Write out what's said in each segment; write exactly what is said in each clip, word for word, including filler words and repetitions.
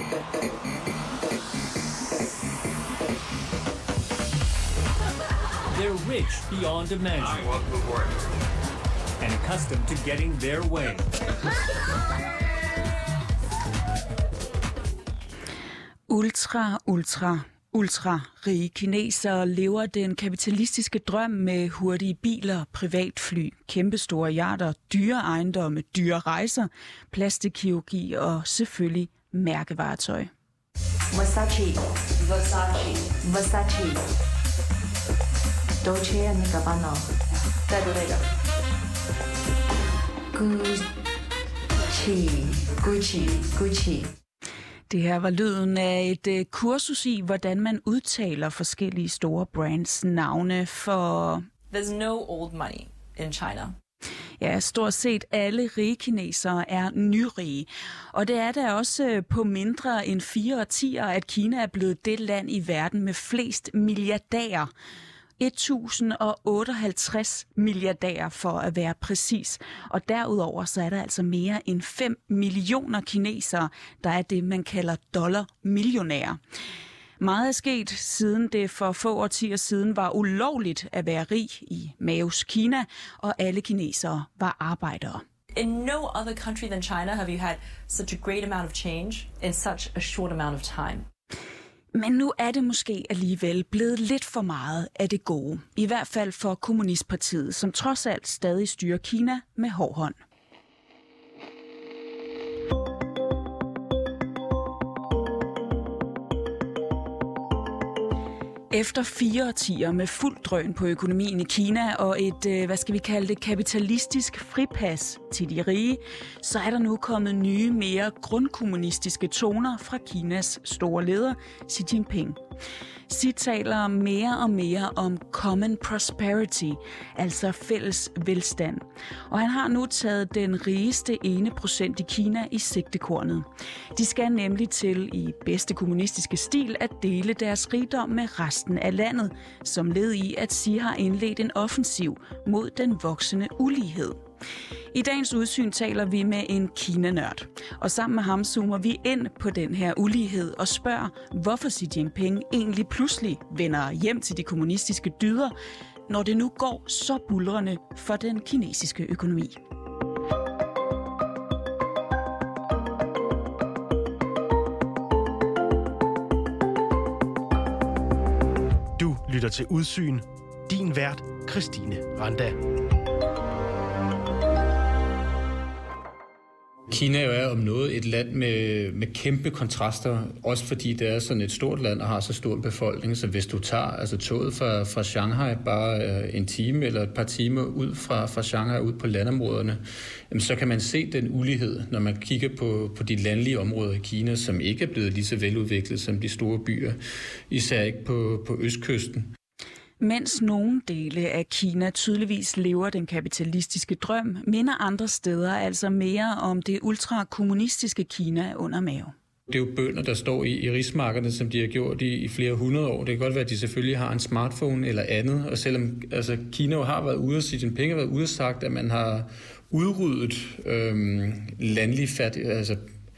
They're rich beyond a measure and accustomed to getting their way. Ultra, ultra, ultra rige kinesere lever den kapitalistiske drøm med hurtige biler, privatfly, kæmpestore yachter, dyre ejendomme, dyre rejser, plastikkirurgi og selvfølgelig mærkevaretøj. Versace, Versace, Versace, Dolce and Gabbana, Dadurega, Gucci, Gucci, Gucci. Det her var lyden af et uh, kursus i, hvordan man udtaler forskellige store brands navne for... There's no old money in China. Ja, stort set alle rige kinesere er nyrige. Og det er da også på mindre end fire årtier, at Kina er blevet det land i verden med flest milliardærer. et tusind og otteoghalvtreds milliardærer for at være præcis. Og derudover så er der altså mere end fem millioner kinesere, der er det, man kalder dollarmillionærer. Meget er sket, siden det for få årtier siden var ulovligt at være rig i Maos Kina, og alle kinesere var arbejdere. In no other country than China have you had such a great amount of change in such a short amount of time. Men nu er det måske alligevel blevet lidt for meget af det gode. I hvert fald for Kommunistpartiet, som trods alt stadig styrer Kina med hård hånd. Efter fire årtier med fuld drøn på økonomien i Kina og et, hvad skal vi kalde det, kapitalistisk fripas til de rige, så er der nu kommet nye, mere grundkommunistiske toner fra Kinas store leder, Xi Jinping. Xi taler mere og mere om common prosperity, altså fælles velstand. Og han har nu taget den rigeste ene procent i Kina i sigtekornet. De skal nemlig til i bedste kommunistiske stil at dele deres rigdom med resten af landet, som led i, at Xi har indledt en offensiv mod den voksende ulighed. I dagens udsyn taler vi med en Kina-nørd, og sammen med ham zoomer vi ind på den her ulighed og spørger, hvorfor Xi Jinping egentlig pludselig vender hjem til de kommunistiske dyder, når det nu går så buldrende for den kinesiske økonomi. Du lytter til Udsyn. Din vært, Christine Randa. Kina jo er om noget et land med, med kæmpe kontraster, også fordi det er sådan et stort land og har så stor en befolkning, så hvis du tager altså toget fra, fra Shanghai bare en time eller et par timer ud fra, fra Shanghai ud på landområderne, jamen, så kan man se den ulighed, når man kigger på, på de landlige områder i Kina, som ikke er blevet lige så veludviklet som de store byer, især ikke på, på østkysten. Mens nogle dele af Kina tydeligvis lever den kapitalistiske drøm, minder andre steder altså mere om det ultrakommunistiske Kina under Mao. Det er jo bønder, der står i, i rismarkerne, som de har gjort i, i flere hundrede år. Det kan godt være, at de selvfølgelig har en smartphone eller andet, og selvom altså, Kina har været ude, og Xi Jinping har været ude og sagt, at man har udryddet øhm, landlig fattig, altså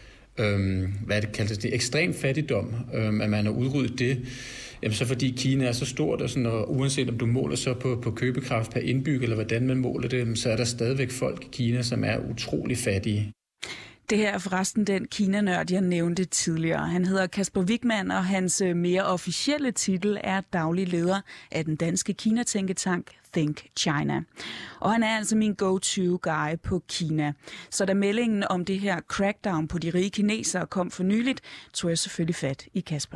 øhm, hvad er det kaldes det, ekstrem fattigdom, øhm, at man har udryddet det. Jamen så fordi Kina er så stort, og, sådan, og uanset om du måler så på, på købekraft per indbygger, eller hvordan man måler det, så er der stadigvæk folk i Kina, som er utrolig fattige. Det her er forresten den Kina-nørd, jeg nævnte tidligere. Han hedder Kasper Wigman, og hans mere officielle titel er daglig leder af den danske Kina-tænketank Think China. Og han er altså min go-to-guy på Kina. Så da meldingen om det her crackdown på de rige kinesere kom for nyligt, tog jeg selvfølgelig fat i Kasper.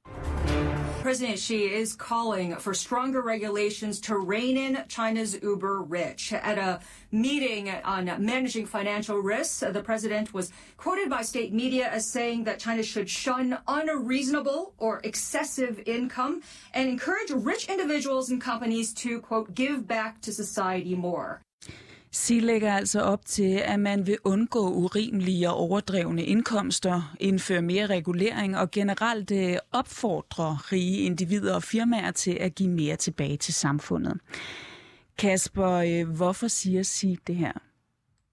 President Xi is calling for stronger regulations to rein in China's uber rich. At a meeting on managing financial risks, the president was quoted by state media as saying that China should shun unreasonable or excessive income and encourage rich individuals and companies to, quote, give back to society more. Xi lægger altså op til, at man vil undgå urimelige og overdrevne indkomster, indføre mere regulering og generelt opfordre rige individer og firmaer til at give mere tilbage til samfundet. Kasper, hvorfor siger Xi det her?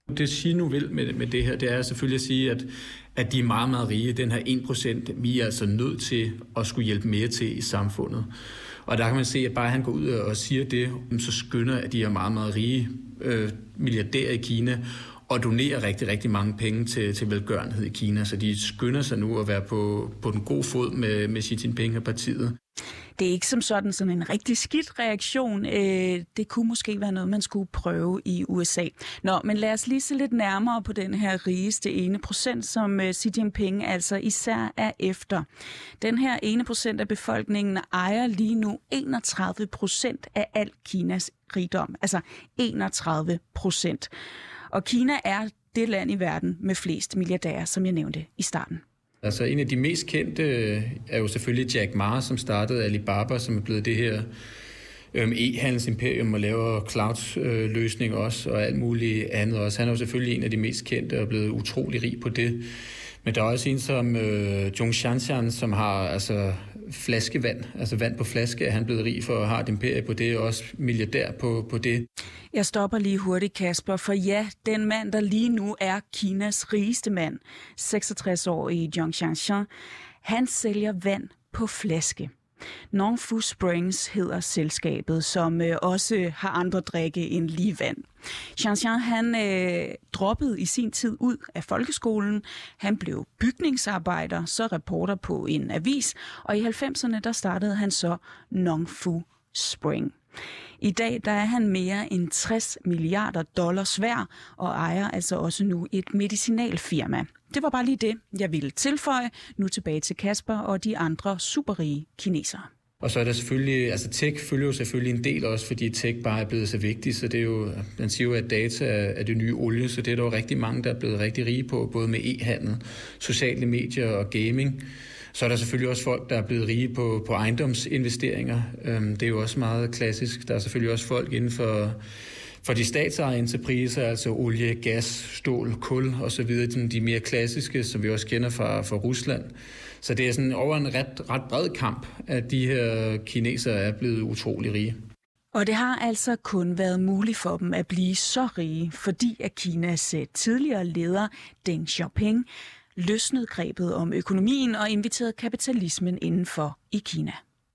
Det Xi nu vil med, med det her, det er selvfølgelig at sige, at, at de er meget, meget rige. Den her en procent, vi er altså nødt til at skulle hjælpe mere til i samfundet. Og der kan man se, at bare han går ud og siger det, så skynder, at de er meget, meget rige øh, milliardærer i Kina, og donerer rigtig, rigtig mange penge til, til velgørenhed i Kina. Så de skynder sig nu at være på, på den gode fod med, med Xi Jinping og partiet. Det er ikke som sådan sådan en rigtig skidt reaktion. Det kunne måske være noget, man skulle prøve i U S A. Nå, men lad os lige se lidt nærmere på den her rigeste ene procent, som Xi Jinping altså især er efter. Den her ene procent af befolkningen ejer lige nu enogtredive procent af al Kinas rigdom. Altså enogtredive procent. Og Kina er det land i verden med flest milliardærer, som jeg nævnte i starten. Altså en af de mest kendte er jo selvfølgelig Jack Ma, som startede Alibaba, som er blevet det her øhm, e-handelsimperium og laver cloud-løsninger også og alt muligt andet også. Han er jo selvfølgelig en af de mest kendte og er blevet utrolig rig på det. Men der er også en som øh, Zhongshan, som har altså flaskevand, altså vand på flaske, er han blevet rig for og har et imperie på det, og også milliardær på, på det. Jeg stopper lige hurtigt, Kasper, for ja, den mand, der lige nu er Kinas rigeste mand, seksogtres-årige Zhongshan, han sælger vand på flaske. Nongfu Springs hedder selskabet, som øh, også har andre drikke end lige vand. Xianxian, han øh, droppede i sin tid ud af folkeskolen. Han blev bygningsarbejder, så reporter på en avis, og i halvfemserne der startede han så Nongfu Spring. I dag der er han mere end tres milliarder dollars værd og ejer altså også nu et medicinalfirma. Det var bare lige det, jeg ville tilføje. Nu tilbage til Kasper og de andre superrige kinesere. Og så er der selvfølgelig, altså tech følger jo selvfølgelig en del også, fordi tech bare er blevet så vigtigt, så det er jo, man siger jo, at data er det nye olie, så det er der jo rigtig mange, der er blevet rigtig rige på, både med e-handel, sociale medier og gaming. Så er der selvfølgelig også folk, der er blevet rige på, på ejendomsinvesteringer. Det er jo også meget klassisk. Der er selvfølgelig også folk inden for, for de statsejede entrepriser, altså olie, gas, stål, kul osv., de mere klassiske, som vi også kender fra, fra Rusland. Så det er sådan over en ret, ret bred kamp, at de her kinesere er blevet utrolig rige. Og det har altså kun været muligt for dem at blive så rige, fordi at Kinas tidligere leder Deng Xiaoping løsnede grebet om økonomien og inviterede kapitalismen indenfor i Kina.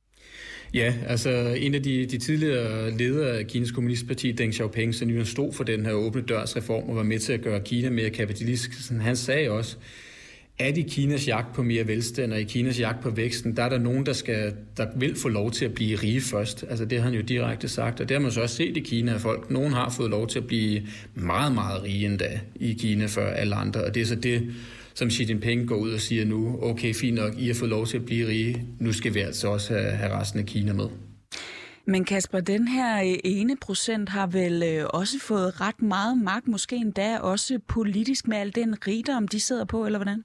Ja, altså en af de, de tidligere ledere af Kinas kommunistparti, Deng Xiaoping, som jo stod for den her åbne dørsreform og var med til at gøre Kina mere kapitalistisk. Han sagde også, at i Kinas jagt på mere velstand og i Kinas jagt på væksten, der er der nogen, der, skal, der vil få lov til at blive rige først. Altså det har han jo direkte sagt, og det har man så også set i Kina, at folk, nogen har fået lov til at blive meget, meget rige endda i Kina før alle andre, og det er så det, som Xi Jinping går ud og siger nu, okay, fint nok, I har fået lov til at blive rige, nu skal vi altså også have, have resten af Kina med. Men Kasper, den her ene procent har vel også fået ret meget magt, måske endda også politisk med al den rigdom, de sidder på, eller hvordan?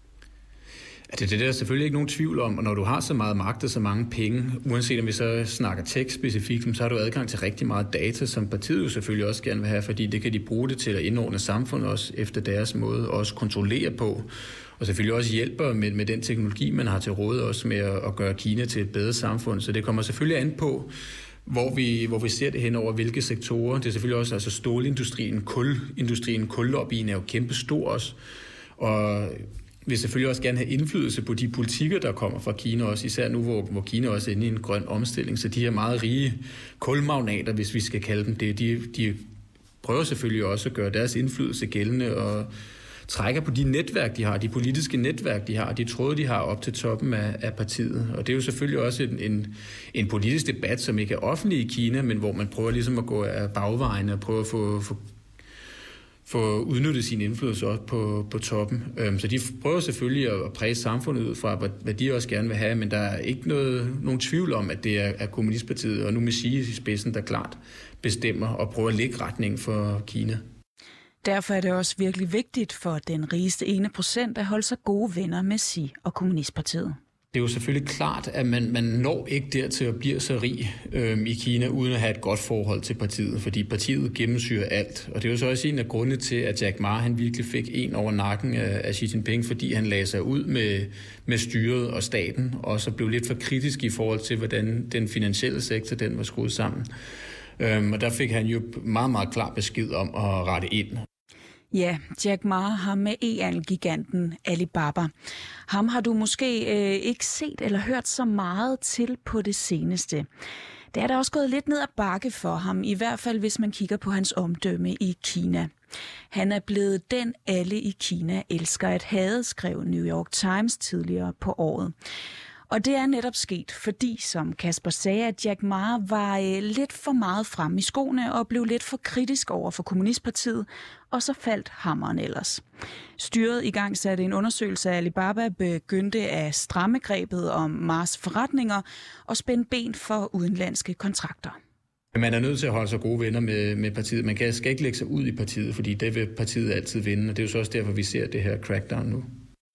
Ja, det, det er der selvfølgelig ikke nogen tvivl om, og når du har så meget magt og så mange penge, uanset om vi så snakker tech specifikt, så har du adgang til rigtig meget data, som partiet jo selvfølgelig også gerne vil have, fordi det kan de bruge det til at indordne samfundet også efter deres måde, og også kontrollere på, og selvfølgelig også hjælper med, med den teknologi, man har til råd også med at, at gøre Kina til et bedre samfund, så det kommer selvfølgelig an på, hvor vi, hvor vi ser det hen over hvilke sektorer. Det er selvfølgelig også altså stålindustrien, kulindustrien, kullobbyen er jo kæmpe stor også, og vil selvfølgelig også gerne have indflydelse på de politikker, der kommer fra Kina også, især nu, hvor, hvor Kina også er inde i en grøn omstilling. Så de her meget rige kulmagnater, hvis vi skal kalde dem det, de, de prøver selvfølgelig også at gøre deres indflydelse gældende og trækker på de netværk, de har, de politiske netværk, de har, de tråde, de har op til toppen af, af partiet. Og det er jo selvfølgelig også en, en, en politisk debat, som ikke er offentlig i Kina, men hvor man prøver ligesom at gå af bagvejen og prøve at få, få få udnyttet sin indflydelse også på, på toppen. Så de prøver selvfølgelig at præge samfundet ud fra, hvad de også gerne vil have, men der er ikke noget, nogen tvivl om, at det er, er kommunistpartiet, og nu med Xi i spidsen, der klart bestemmer og prøver at lægge retning for Kina. Derfor er det også virkelig vigtigt for den rigeste ene procent at holde sig gode venner med Xi og kommunistpartiet. Det er jo selvfølgelig klart, at man, man når ikke dertil at blive så rig øhm, i Kina, uden at have et godt forhold til partiet, fordi partiet gennemsyrer alt. Og det er jo så også en af grundene til, at Jack Ma han virkelig fik en over nakken af, af Xi Jinping, fordi han lagde sig ud med, med styret og staten, og så blev lidt for kritisk i forhold til, hvordan den finansielle sektor den var skruet sammen. Øhm, og der fik han jo meget, meget klar besked om at rette ind. Ja, Jack Ma har med e-handel-giganten Alibaba. Ham har du måske øh, ikke set eller hørt så meget til på det seneste. Det er da også gået lidt ned ad bakke for ham, i hvert fald hvis man kigger på hans omdømme i Kina. Han er blevet den, alle i Kina elsker at hade, skrev New York Times tidligere på året. Og det er netop sket, fordi, som Kasper sagde, at Jack Ma var øh, lidt for meget frem i skoene og blev lidt for kritisk over for Kommunistpartiet, og så faldt hammeren ellers. Styret i gang satte en undersøgelse af Alibaba, begyndte at stramme grebet om Ma's forretninger og spænde ben for udenlandske kontrakter. Man er nødt til at holde sig gode venner med, med partiet. Man kan, skal ikke lægge sig ud i partiet, fordi det vil partiet altid vinde, og det er jo så også derfor, vi ser det her crackdown nu.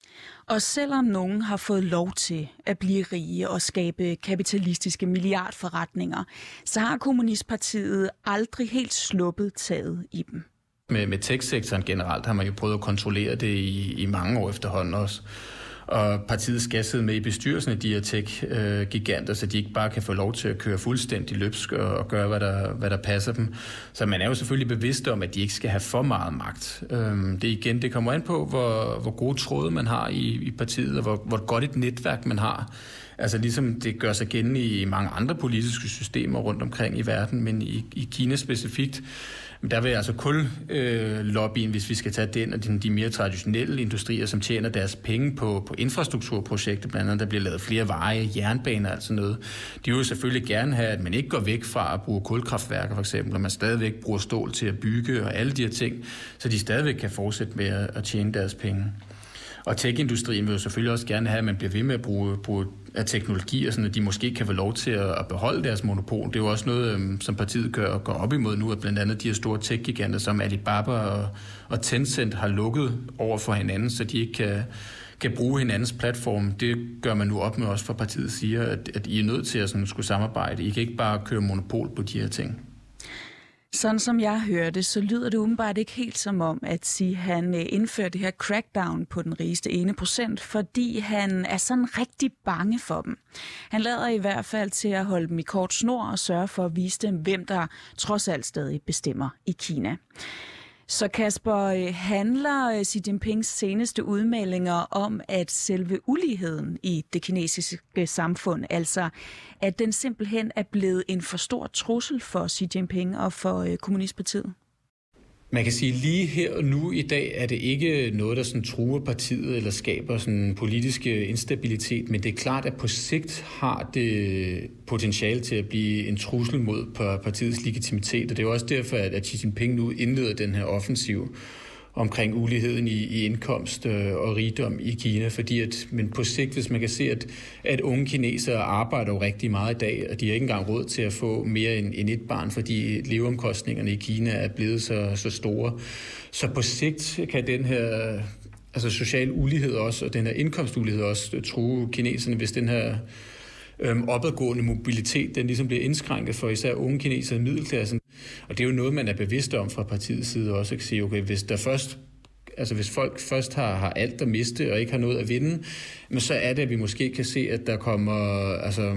Og selvom nogen har fået lov til at blive rige og skabe kapitalistiske milliardforretninger, så har Kommunistpartiet aldrig helt sluppet taget i dem. Med, med tech-sektoren generelt har man jo prøvet at kontrollere det i, i mange år efterhånden også. Og partiet skal sidde med i bestyrelsen af de her tech-giganter, så de ikke bare kan få lov til at køre fuldstændig løbsk og, og gøre, hvad der, hvad der passer dem. Så man er jo selvfølgelig bevidst om, at de ikke skal have for meget magt. Det igen, det kommer an på, hvor, hvor gode tråde man har i, i partiet, og hvor, hvor godt et netværk man har. Altså ligesom det gør sig gældende i mange andre politiske systemer rundt omkring i verden, men i, i Kina specifikt, der vil altså kullobbyen, øh, hvis vi skal tage den, og de, de mere traditionelle industrier, som tjener deres penge på, på infrastrukturprojekter, blandt andet der bliver lavet flere veje, jernbaner og sådan noget. De vil jo selvfølgelig gerne have, at man ikke går væk fra at bruge kulkraftværker for eksempel, og man stadigvæk bruger stål til at bygge og alle de her ting, så de stadigvæk kan fortsætte med at, at tjene deres penge. Og tech-industrien vil jo selvfølgelig også gerne have, at man bliver ved med at bruge, bruge af teknologier, sådan at de måske kan få lov til at beholde deres monopol. Det er jo også noget, som partiet gør, går op imod nu, at blandt andet de her store tech-giganter som Alibaba og, og Tencent har lukket over for hinanden, så de ikke kan, kan bruge hinandens platform. Det gør man nu op med også fra partiet siger, at, at I er nødt til at sådan, skulle samarbejde. I kan ikke bare køre monopol på de her ting. Sådan som jeg hørte, så lyder det umiddelbart ikke helt som om, at sige, han indfører det her crackdown på den rigeste ene procent, fordi han er sådan rigtig bange for dem. Han lader i hvert fald til at holde dem i kort snor og sørge for at vise dem, hvem der trods alt stadig bestemmer i Kina. Så Kasper, handler Xi Jinpings seneste udmeldinger om, at selve uligheden i det kinesiske samfund, altså at den simpelthen er blevet en for stor trussel for Xi Jinping og for Kommunistpartiet? Man kan sige, at lige her og nu i dag er det ikke noget, der sådan truer partiet eller skaber sådan politisk instabilitet, men det er klart, at på sigt har det potentiale til at blive en trussel mod partiets legitimitet, og det er jo også derfor, at Xi Jinping nu indleder den her offensiv omkring uligheden i, i indkomst og rigdom i Kina, fordi at, men på sigt, hvis man kan se, at, at unge kinesere arbejder jo rigtig meget i dag, og de har ikke engang råd til at få mere end, end et barn, fordi leveomkostningerne i Kina er blevet så, så store. Så på sigt kan den her altså social ulighed også, og den her indkomstulighed også true kineserne, hvis den her øhm, opadgående mobilitet, den ligesom bliver indskrænket for især unge kinesere i middelklassen. Og det er jo noget, man er bevidst om fra partiets side også, at sige, okay, hvis der først, altså hvis folk først har, har alt at miste og ikke har noget at vinde, men så er det, at vi måske kan se, at der kommer altså,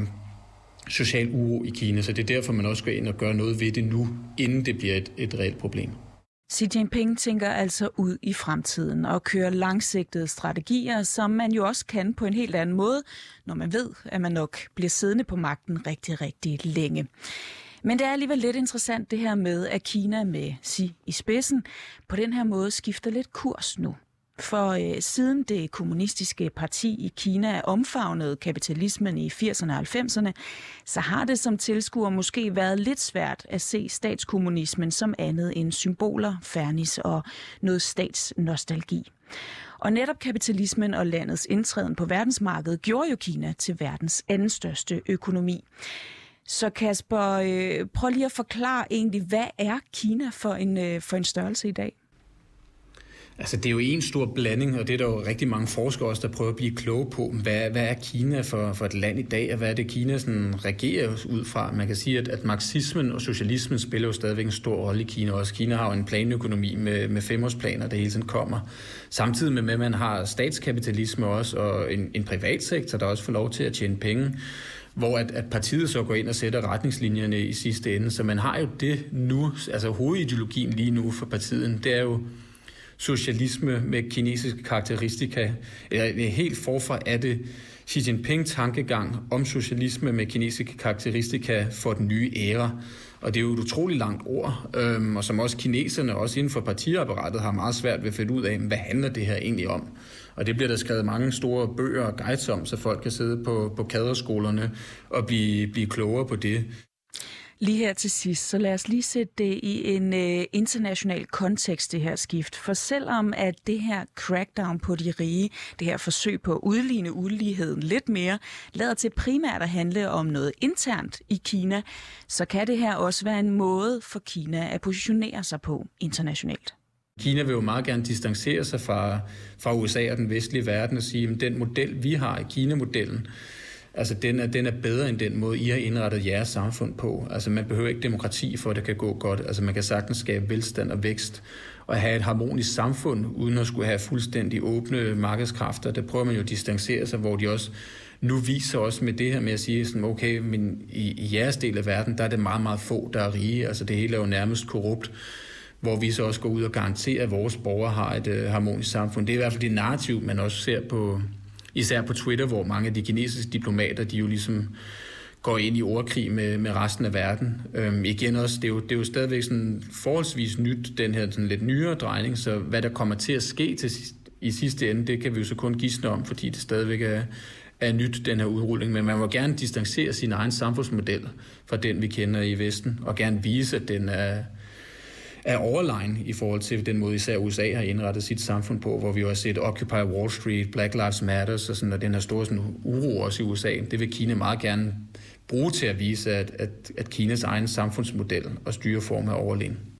social uro i Kina. Så det er derfor, man også går ind og gør noget ved det nu, inden det bliver et, et reelt problem. Xi Jinping tænker altså ud i fremtiden og kører langsigtede strategier, som man jo også kan på en helt anden måde, når man ved, at man nok bliver siddende på magten rigtig, rigtig længe. Men det er alligevel lidt interessant det her med, at Kina med Xi i spidsen på den her måde skifter lidt kurs nu. For øh, siden det kommunistiske parti i Kina omfavnede kapitalismen i firserne og halvfemserne, så har det som tilskuer måske været lidt svært at se statskommunismen som andet end symboler, fernis og noget statsnostalgi. Og netop kapitalismen og landets indtræden på verdensmarkedet gjorde jo Kina til verdens anden største økonomi. Så Kasper, øh, prøv lige at forklare egentlig, hvad er Kina for en, øh, for en størrelse i dag? Altså, det er jo en stor blanding, og det er der jo rigtig mange forskere også, der prøver at blive kloge på. Hvad, hvad er Kina for, for et land i dag, og hvad er det, Kina sådan regerer ud fra? Man kan sige, at, at marxismen og socialismen spiller jo stadigvæk en stor rolle i Kina også. Kina har jo en planøkonomi med, med femårsplaner, der hele tiden kommer. Samtidig med, at man har statskapitalisme også, og en, en privatsektor, der også får lov til at tjene penge, hvor at, at partiet så går ind og sætter retningslinjerne i sidste ende. Så man har jo det nu, altså hovedideologien lige nu for partiet, det er jo socialisme med kinesiske karakteristika. Eller helt forfra er det Xi Jinping-tankegang om socialisme med kinesiske karakteristika for den nye æra. Og det er jo et utroligt langt ord, øhm, og som også kineserne, også inden for partiapparatet, har meget svært ved at finde ud af, hvad handler det her egentlig om. Og det bliver der skrevet mange store bøger og guides om, så folk kan sidde på, på kaderskolerne og blive, blive klogere på det. Lige her til sidst, så lad os lige sætte det i en øh, international kontekst, det her skift. For selvom at det her crackdown på de rige, det her forsøg på at udligne uligheden lidt mere, lader til primært at handle om noget internt i Kina, så kan det her også være en måde for Kina at positionere sig på internationalt. Kina vil jo meget gerne distancere sig fra, fra U S A og den vestlige verden og sige, at den model, vi har i Kina-modellen, altså den er, den er bedre end den måde, I har indrettet jeres samfund på. Altså man behøver ikke demokrati for, at det kan gå godt. Altså man kan sagtens skabe velstand og vækst og have et harmonisk samfund, uden at skulle have fuldstændig åbne markedskræfter. Der prøver man jo at distancere sig, hvor de også nu viser også med det her med at sige, sådan, okay, men i, i jeres del af verden, der er det meget, meget få, der er rige. Altså det hele er jo nærmest korrupt, hvor vi så også går ud og garanterer, at vores borgere har et uh, harmonisk samfund. Det er i hvert fald det narrativ, man også ser på, især på Twitter, hvor mange af de kinesiske diplomater, de jo ligesom går ind i ordkrig med, med resten af verden. Øhm, igen også, det er, jo, det er jo stadigvæk sådan forholdsvis nyt, den her sådan lidt nyere drejning, så hvad der kommer til at ske til, i sidste ende, det kan vi jo så kun gisne om, fordi det stadigvæk er, er nyt, den her udrulling. Men man må gerne distancere sin egen samfundsmodel fra den, vi kender i Vesten, og gerne vise, at den er er overlegen i forhold til den måde, især U S A har indrettet sit samfund på, hvor vi jo har set Occupy Wall Street, Black Lives Matter, og, sådan, og den her store sådan, uro også i U S A. Det vil Kina meget gerne bruge til at vise, at, at, at Kinas egen samfundsmodel og styreform er overlegen.